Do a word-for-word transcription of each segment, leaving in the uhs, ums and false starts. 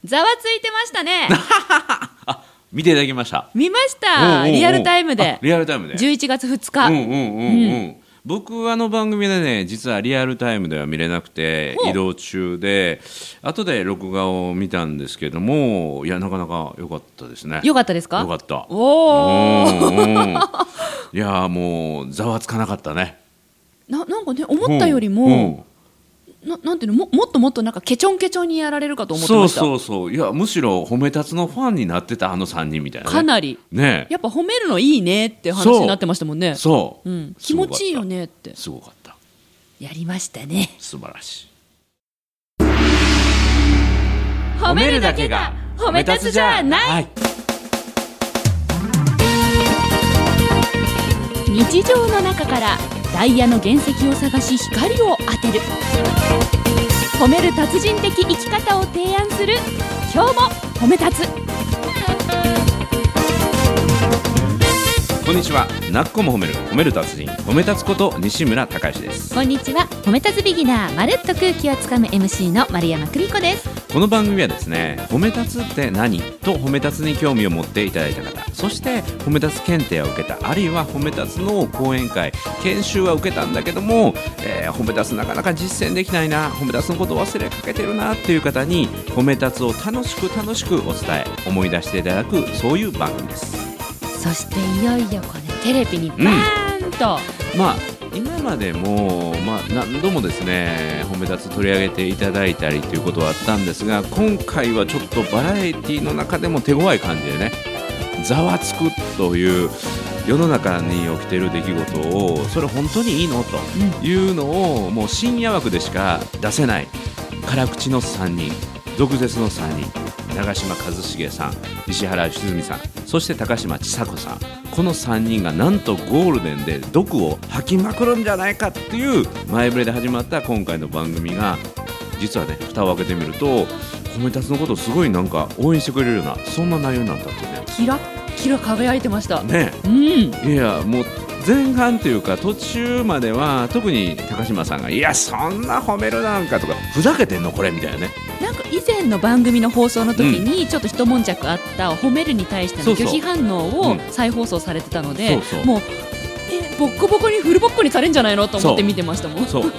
ざわついてましたねあ、見ていただきました。 見ましおうおうおうた。リアルタイムでリアルタイムでじゅういちがつふつか。 うんうんうんうん、うん僕あの番組でね、実はリアルタイムでは見れなくて移動中で後で録画を見たんですけども、いやなかなか良かったですね。 良かったですか？ 良かった。 おーいやもうざわつかなかったね。 な, なんかね思ったよりも、な, なんていうの も, もっともっとなんかケチョンケチョンにやられるかと思ってました。 そうそうそう、いやむしろ褒め立つのファンになってたあのさんにんみたいな、ね、 かなり、 ね、 やっぱ褒めるのいいねって話になってましたもんね。 そう、 うん、気持ちいいよねって。 すごかった。 やりましたね。 素晴らしい。 褒めるだけが褒め立つじゃない、はい、日常の中からダイヤの原石を探し光を当てる、褒める達人的生き方を提案する今日も褒め立つ。 こんにちは。なっこも褒める褒める達人褒め立つこと西村孝之です。 こんにちは。褒め立つビギナーまるっと空気をつかむ エムシー の丸山久美子です。 この番組はですね、褒め立つって何と褒め立つに興味を持っていただいた方、そして褒め立つ検定を受けた、あるいは褒め立つの講演会研修は受けたんだけども、えー、褒め立つなかなか実践できないな、褒め立つのことを忘れかけてるなっていう方に褒め立つを楽しく楽しくお伝え思い出していただく、そういう番組です。 そしていよいよこれテレビにバーンと、 うん、まあ今までも、まあ、何度もですね褒め立つ取り上げていただいたりということはあったんですが、今回はちょっとバラエティの中でも手強い感じでね、ざわつくという世の中に起きている出来事を、それ本当にいいのというのを、もう深夜枠でしか出せない辛口のさんにん、毒舌のさんにん、長嶋一茂さん、石原良純さん、そして高嶋ちさ子さん、このさんにんがなんとゴールデンで毒を吐きまくるんじゃないかっていう前触れで始まった今回の番組が、実はね蓋を開けてみると褒め立つのことをすごいなんか応援してくれるような、そんな内容になったってね。 キラッキラ輝いてましたね、 うん、いやもう前半というか途中までは特に高嶋さんがいやそんな褒めるなんかとかふざけてんのこれみたいなね、 なんか以前の番組の放送の時にちょっと一悶着あった褒めるに対しての拒否反応を再放送されてたので、 そうそうもうえボッコボコにフルボッコにされるんじゃないのと思って見てましたもん。 そう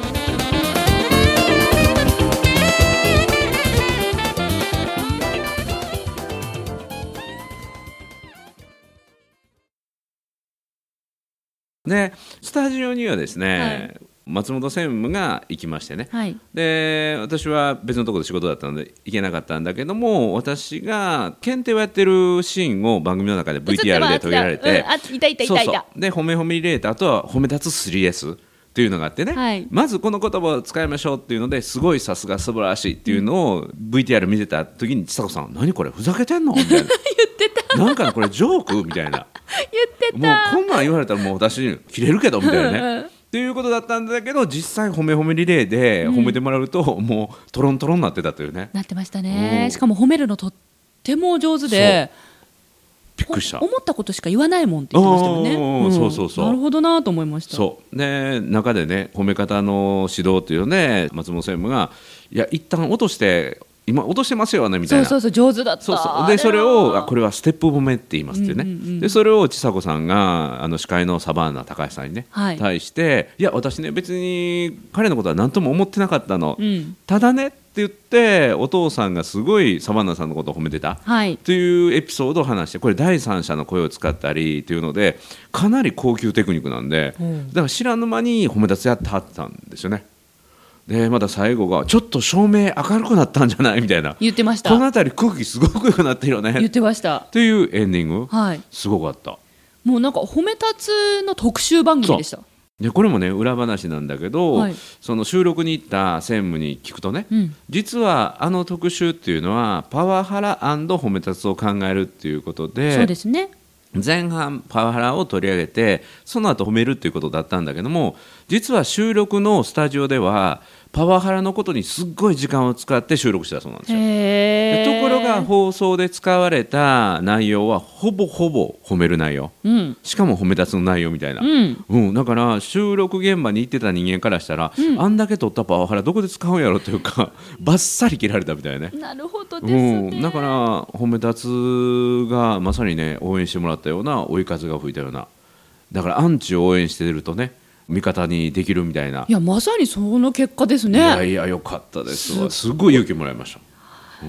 でスタジオにはですね、はい、松本専務が行きましてね、はい、で私は別のところで仕事だったので行けなかったんだけども、私が検定をやってるシーンを番組の中で ブイティーアール で取り上げられて、 うん、あいたいたいたいた、そうそうで褒め褒めリレーターとは褒め立つ スリーエス っていうのがあってね、はい、まずこの言葉を使いましょうっていうので、すごいさすが素晴らしいっていうのを ブイティーアール 見てた時に、ちさ子さん何これふざけてんのみたいな言ってたなんかこれジョークみたいな言ってた、 もうこんなん言われたらもう私切れるけどみたいなねっていうことだったんだけど、実際褒め褒めリレーで褒めてもらうと、うん、もうトロントロンになってたというね。 なってましたね。しかも褒めるのとっても上手で、 びっくりした。 思ったことしか言わないもんって言ってましたよね、うん、 そうそうそう、 なるほどなと思いました。 そうで中でね褒め方の指導っていうね、松本専務がいや一旦落として今落としてますよねみたいな、 そうそうそう上手だった。 そうそうでそれをあこれはステップ褒めって言いますっていうね、うんうんうん、でそれをちさ子さんがあの司会のサバンナ高橋さんにね、はい、対していや私ね別に彼のことは何とも思ってなかったの、うん、ただねって言ってお父さんがすごいサバンナさんのことを褒めてた、はい、というエピソードを話して、これ第三者の声を使ったりというのでかなり高級テクニックなんで、うん、だから知らぬ間に褒め立つやってはったんですよね。でまた最後がちょっと照明明るくなったんじゃないみたいな言ってました。 このあたり空気すごく良くなってるよね言ってましたというエンディング、 はい、 すごかった。 もうなんか褒め立つの特集番組でした。 でこれもね裏話なんだけど、はい、その収録に行った専務に聞くとね、うん、実はあの特集っていうのはパワハラ&褒め立つを考えるっていうことで、 そうですね、 前半パワハラを取り上げてその後褒めるっていうことだったんだけども、実は収録のスタジオではパワハラのことにすっごい時間を使って収録したそうなんですよ。でところが放送で使われた内容はほぼほぼ褒める内容、 うん、 しかも褒め立つの内容みたいな、 うんうん、だから収録現場に行ってた人間からしたら、うん、あんだけ撮ったパワハラどこで使うんやろというかバッサリ切られたみたいね。 なるほどですね、 うん、だから褒め立つがまさにね応援してもらったような追い風が吹いたような、だからアンチを応援してるとね味方にできるみたいな。 いやまさにその結果ですね。 いやいやよかったですわ。すごい勇気もらいました、うん、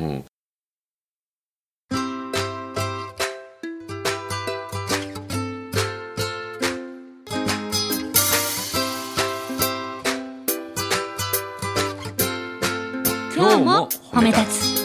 今日も褒め立つ。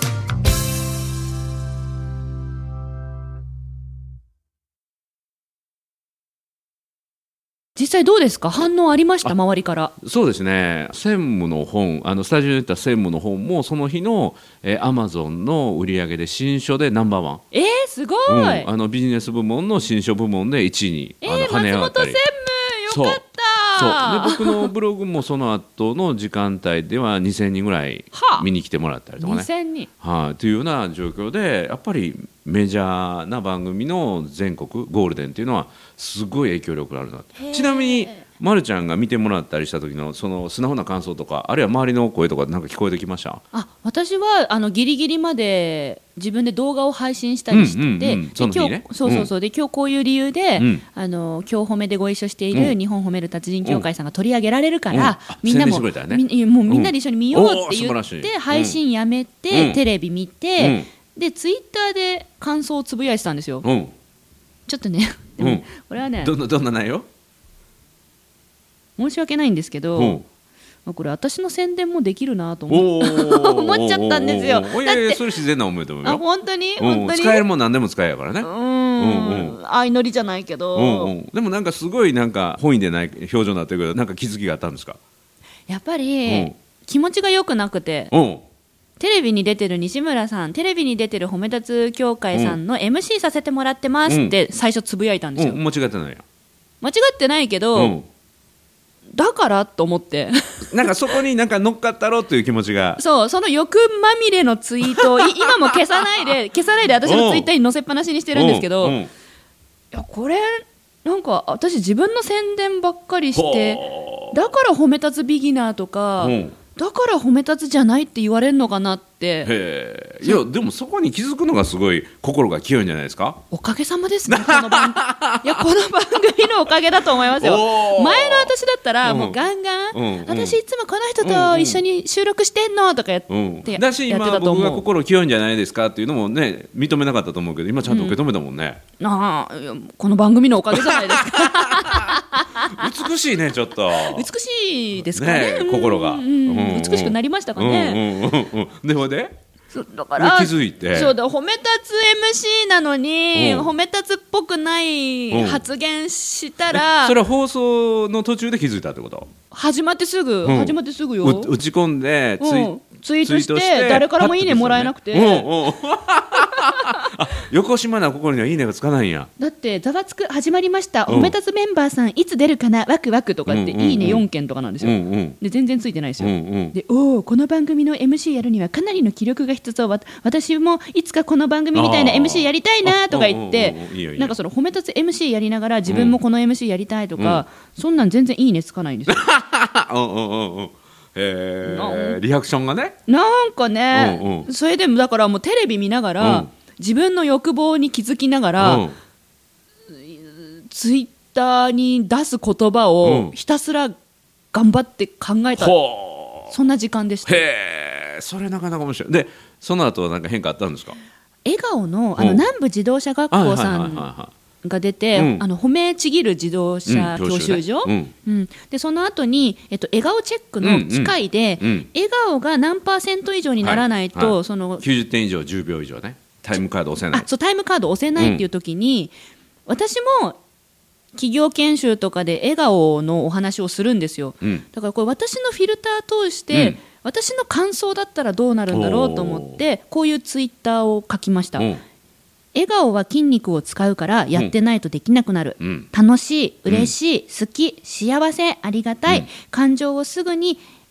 実際どうですか、反応ありました周りから。 そうですね、専務の本、あのスタジオに言った専務の本もその日の、えー、アマゾンの売り上げで新書でナンバーワン。 えー、すごい、 うん、あのビジネス部門の新書部門でいちいに、 えー、 あの跳ね上がったり。 松本専務よかった。 そうで僕のブログもその後の時間帯ではにせんにんぐらい見に来てもらったりとかね、 にせんにん、 はあ、というような状況でやっぱりメジャーな番組の全国ゴールデンっていうのはすごい影響力があるな。ちなみにまるちゃんが見てもらったりした時のその素直な感想とか、あるいは周りの声とかなんか聞こえてきました？ あ、私はあのギリギリまで自分で動画を配信したりしてて、うんうんうん、で今日、ね、そうそうそう、で今日こういう理由で、うん、あの今日褒めでご一緒している日本褒める達人協会さんが取り上げられるから、うん、みんなも、ね、み, もうみんなで一緒に見ようって言って、うん、配信やめて、うん、テレビ見て、うん、でツイッターで感想をつぶやいてたんですよ、うん、ちょっとねでも、うん、これはねど, どんな内容？ 申し訳ないんですけど、うんこれ私の宣伝もできるなと思, 思っちゃったんですよ。 いやいやそれ自然な思いと思うよ。 あ本当に本当に使えるもん何でも使えやからね。 うん、うんうん、相乗りじゃないけど、うんうん、でもなんかすごいなんか本意でない表情になってるけど、なんか気づきがあったんですか？ やっぱり、うん、気持ちが良くなくて、うん、テレビに出てる西村さん、テレビに出てる褒め立つ協会さんの エムシー させてもらってますって最初つぶやいたんですよ、 うんうん、間違ってないや間違ってないけど、うんだからと思ってなんかそこになんか乗っかったろうという気持ちがそうその欲まみれのツイートを今も消さないで消さないで私のツイッターに載せっぱなしにしてるんですけど、いやこれなんか私自分の宣伝ばっかりしてだから褒め立つビギナーとかだから褒め立つじゃないって言われるのかなって。 へいやでもそこに気づくのがすごい心が清いんじゃないですか。 おかげさまですねこの番いやこの番組のおかげだと思いますよ。前の私だったらもうガンガン、うんうん、私いつもこの人と一緒に収録してんのとかやって、うん、 だし今僕が心清いんじゃないですかっていうのもね認めなかったと思うけど今ちゃんと受け止めたもんね、 うん、あこの番組のおかげじゃないですか美しいねちょっと美しいですか ね, ね心が、うんうんうん、美しくなりましたかね、 うんうんうんうん、でもねだから気づいてそうだ褒め立つ エムシー なのに、うん、褒め立つっぽくない発言したら、 うん、それは放送の途中で気づいたってこと？ 始まってすぐ、うん、始まってすぐよ打ち込んでツイ、 うん、ツイートして誰からもいいねもらえなくて、うんうんあ横島な心にはいいねがつかないんや。 だってざわつく始まりました、うん、褒め立つメンバーさんいつ出るかなワクワクとかって、うんうんうん、いいねよんけんとかなんですよ、うんうん、で全然ついてないですよ、うんうん、でおこの番組の エムシー やるにはかなりの気力が必要、私もいつかこの番組みたいな エムシー やりたいなとか言ってなんかその褒め立つ エムシー やりながら自分もこの エムシー やりたいとか、うん、そんなん全然いいねつかないんですようんうんうんうんえー、リアクションがねなんかね、うんうん、それでもだからもうテレビ見ながら、うん、自分の欲望に気づきながら、うん、ツイッターに出す言葉をひたすら頑張って考えた、うん、そんな時間でした。 へーそれなかなか面白い。でその後は何か変化あったんですか？ 笑顔 の, あの南部自動車学校さんが出て、うん、あの褒めちぎる自動車教習所、うんねうん、でその後に、えっと、笑顔チェックの機械で、うんうん、笑顔が何パーセント以上にならないと、はいはい、そのきゅうじゅってん以上じゅうびょう以上ねタイムカード押せない。 あそうタイムカード押せないっていう時に、うん、私も企業研修とかで笑顔のお話をするんですよ、うん、だからこれ私のフィルター通して、うん、私の感想だったらどうなるんだろうと思ってこういうツイッターを書きました。笑顔は筋肉を使うからやってないとできなくなる、うん、楽しい、嬉しい、うん、好き、幸せ、ありがたい、うん、感情をすぐに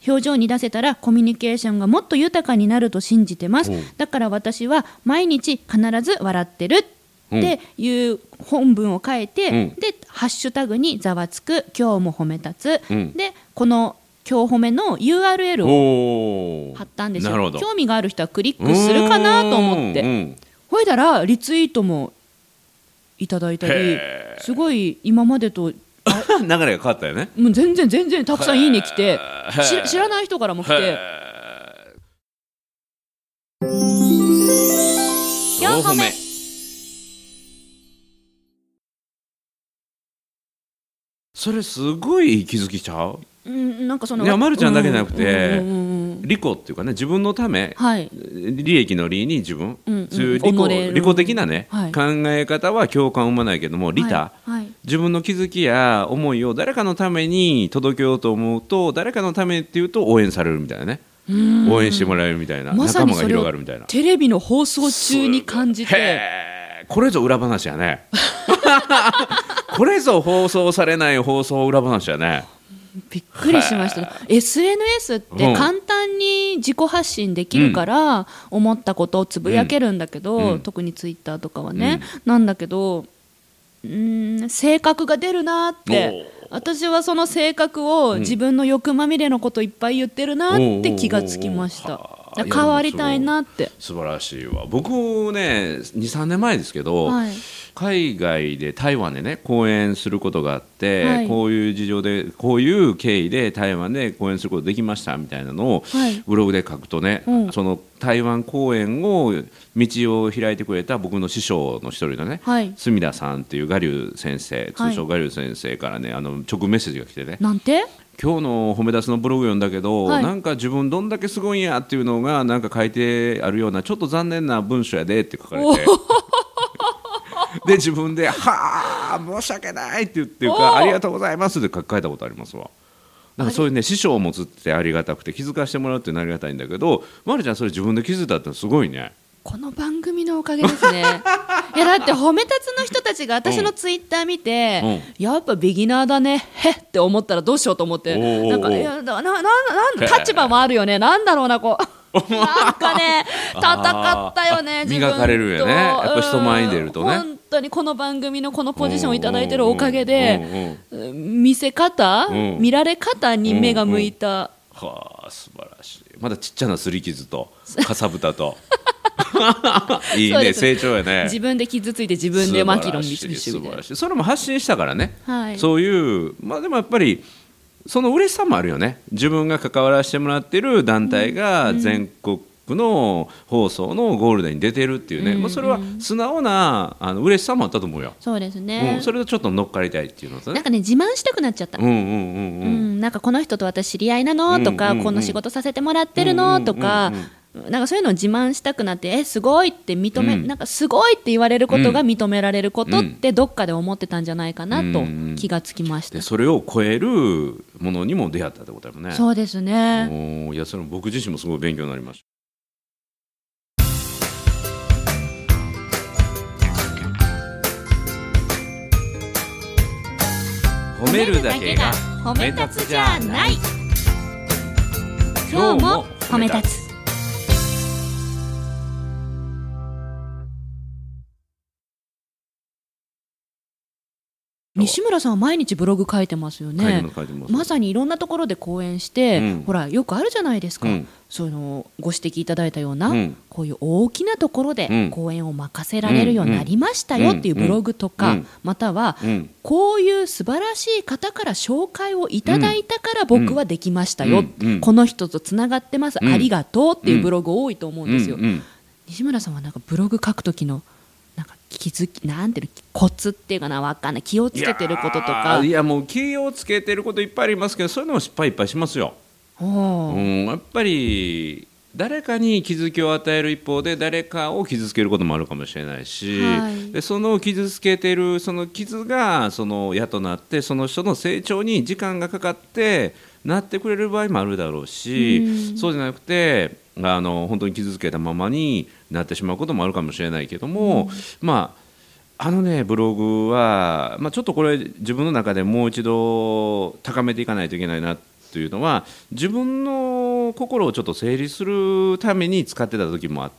表情に出せたらコミュニケーションがもっと豊かになると信じてます。だから私は毎日必ず笑ってるっていう本文を書いて、うん、でハッシュタグにざわつく今日も褒め立つ、うん、でこの今日褒めの ユーアールエル を貼ったんですよ。興味がある人はクリックするかなと思って、うん、ほいだらリツイートもいただいたり、すごい今までと流れが変わったよね。 もう全然全然たくさんいいね来て、知らない人からも来て、今日褒め。 それすごい気づきちゃう。 うん、なんかそのいや、まるちゃんだけじゃなくて、うんうんうん、利己っていうかね、自分のため、はい、利益の利に自分、うんうん、そういう利己、利己的なね、はい、考え方は共感を生まないけども、利他、はいはい、自分の気づきや思いを誰かのために届けようと思うと、誰かのためっていうと応援されるみたいなね、応援してもらえるみたいな、 ま仲間が広がるみたいな、 テレビの放送中に感じて、 これぞ裏話やねこれぞ放送されない放送裏話やね。 びっくりしました。エスエヌエス って簡単に自己発信できるから思ったことをつぶやけるんだけど、うん、特にツイッターとかはね、うん、なんだけど、うーん、性格が出るなって、私はその性格を自分の欲まみれのこといっぱい言ってるなって気がつきました。変わりたいなって。 素晴らしいわ。僕ね に,さん 年前ですけど、はい、海外で台湾でね講演することがあって、はい、こういう事情でこういう経緯で台湾で講演することできましたみたいなのを、はい、ブログで書くとね、うん、その台湾講演を道を開いてくれた僕の師匠の一人のね、はい、隅田さんっていう我流先生、通称我流先生からね、あの直メッセージが来てね、 なんて今日の褒め出すのブログ読んだけど、はい、なんか自分どんだけすごいんやっていうのがなんか書いてあるようなちょっと残念な文章やでって書かれてで自分ではあ申し訳ないって言ってるかありがとうございますって書き換えたことありますわ。なんかそういうね師匠を持つってありがたくて気づかせてもらうってありがたいんだけど、まるちゃんそれ自分で気づいたってすごいね。 この番組のおかげですねいやだって褒め立つの人たちが私のツイッター見て、うん、やっぱビギナーだねへって思ったらどうしようと思って、なんかいやななな立場もあるよね、なんだろうなこうなんかね戦ったよね自分と。 磨かれるよねやっぱ人前に出るとね。 本当にこの番組のこのポジションをいただいてるおかげで見せ方、見られ方に目が向いた。 はあ素晴らしい。まだちっちゃな擦り傷とかさぶたといいね、成長やね。 自分で傷ついて自分でマキロンにするし、 それも発信したからね、はい、そういう、まあ、でもやっぱりその嬉しさもあるよね。自分が関わらせてもらってる団体が全国の放送のゴールデンに出てるっていうね、うんうん、まあ、それは素直なあの嬉しさもあったと思うよ。 そうですね、 うん、それとちょっと乗っかりたいっていうのとね、 なんかね自慢したくなっちゃった、うんうんうんうんうん、なんかこの人と私知り合いなのとか、うんうんうん、この仕事させてもらってるのとか、うんうんうんうん、なんかそういうのを自慢したくなって、えすごいって認め、うん、なんかすごいって言われることが認められることってどっかで思ってたんじゃないかなと気がつきました、 でそれを超えるものにも出会ったってことだよね。 そうですね。 おいやそれ僕自身もすごい勉強になりました。褒めるだけが褒め立つじゃない。 今日も褒め立つ。西村さんは毎日ブログ書いてますよね。まさにいろんなところで講演して、うん、ほらよくあるじゃないですか、うん、そのご指摘いただいたような、うん、こういう大きなところで講演を任せられるようになりましたよっていうブログとか、うん、または、うん、こういう素晴らしい方から紹介をいただいたから僕はできましたよ、うん、この人とつながってます、うん、ありがとうっていうブログ多いと思うんですよ、うんうん、西村さんはなんかブログ書くときのなんか気づきなんていうのコツっていうかな、分かんない、気をつけてることとか。 いや、いやもう気をつけてることいっぱいありますけど、そういうのも失敗いっぱいしますよ、うん、やっぱり誰かに気づきを与える一方で誰かを傷つけることもあるかもしれないし、はい、でその傷つけてるその傷がその矢となってその人の成長に時間がかかってなってくれる場合もあるだろうし、うん、そうじゃなくてあの本当に傷つけたままになってしまうこともあるかもしれないけども、うん、まああのねブログは、まあ、ちょっとこれ自分の中でもう一度高めていかないといけないなってというのは自分の心をちょっと整理するために使ってた時もあって、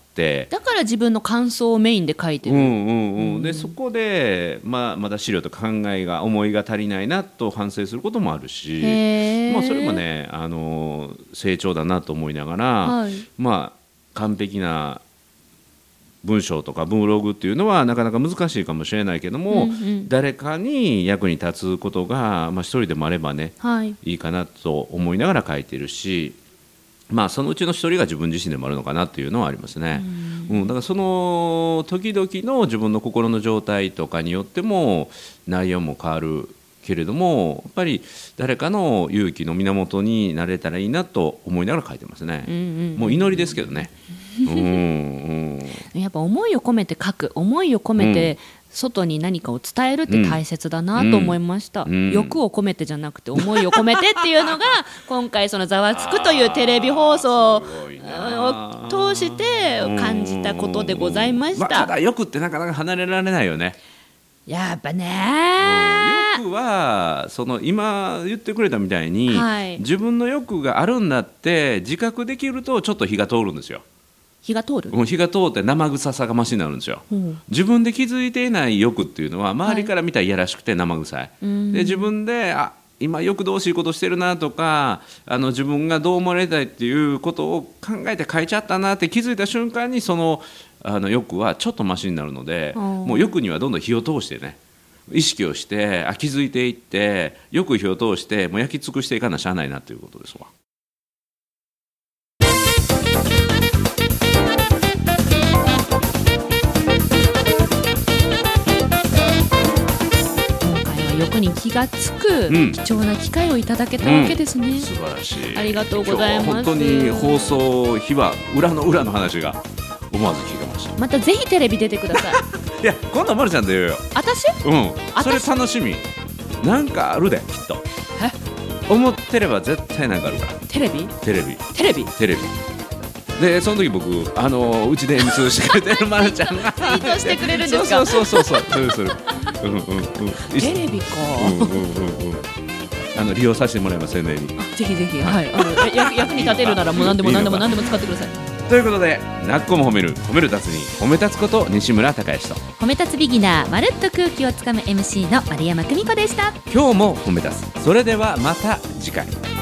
だから自分の感想をメインで書いてる、 うんうんうん、でそこで、まあ、まだ資料とか考えが思いが足りないなと反省することもあるし、まあ、それもねあの成長だなと思いながら、はい、まあ完璧な文章とかブログっていうのはなかなか難しいかもしれないけども、うんうん、誰かに役に立つことが、まあ、一人でもあればね、はい、いいかなと思いながら書いてるし、まあ、そのうちの一人が自分自身でもあるのかなっていうのはありますね、うんうん、だからその時々の自分の心の状態とかによっても内容も変わるけれども、やっぱり誰かの勇気の源になれたらいいなと思いながら書いてますね、うんうん、もう祈りですけどねうん、 うん、やっぱ思いを込めて書く、思いを込めて外に何かを伝えるって大切だなと思いました、うんうん、欲を込めてじゃなくて思いを込めてっていうのが今回そのざわつくというテレビ放送を通して感じたことでございました、 まあ、ただ欲ってなかなか離れられないよね。 やっぱね、 欲はその今言ってくれたみたいに、はい、自分の欲があるんだって自覚できるとちょっと火が通るんですよ。 火が通る？ 火が通って生臭さがマシになるんですよ、うん、自分で気づいていない欲っていうのは周りから見たらいやらしくて生臭い、はい、で自分であ今欲どうしいことしてるなとか、あの自分がどう思われたいっていうことを考えて書いちゃったなって気づいた瞬間にその、あの欲はちょっとマシになるので、もう欲にはどんどん火を通してね、意識をしてあ気づいていってよく火を通してもう焼き尽くしていかなしゃあないなということですわ。 欲に気がつく貴重な機会をいただけたわけですね、うんうん、 素晴らしい。 ありがとうございます。 本当に放送日は裏の裏の話が思わず聞けました。 またぜひテレビ出てくださいいや今度はまるちゃんと言うよ。 私？ うんそれ楽しみ。なんかあるできっと。え思ってれば絶対なんかあるから。 テレビ？ テレビテレビテレビでその時僕あのうちで演出してくれてるまるちゃんがツイートしてくれるんですか？ そうそうそうそうそれそれうんうんうんテレビかうんうんうんうんあの利用させてもらいますねに。 ぜひぜひ、はい、あの役, 役に立てるならもう何でも何でも何でも使ってください。 ということでなっこも褒める褒める達に褒め立つこと西村孝之と褒め立つビギナーまるっと空気をつかむ エムシー の丸山久美子でした。 今日も褒め立つ。それではまた次回。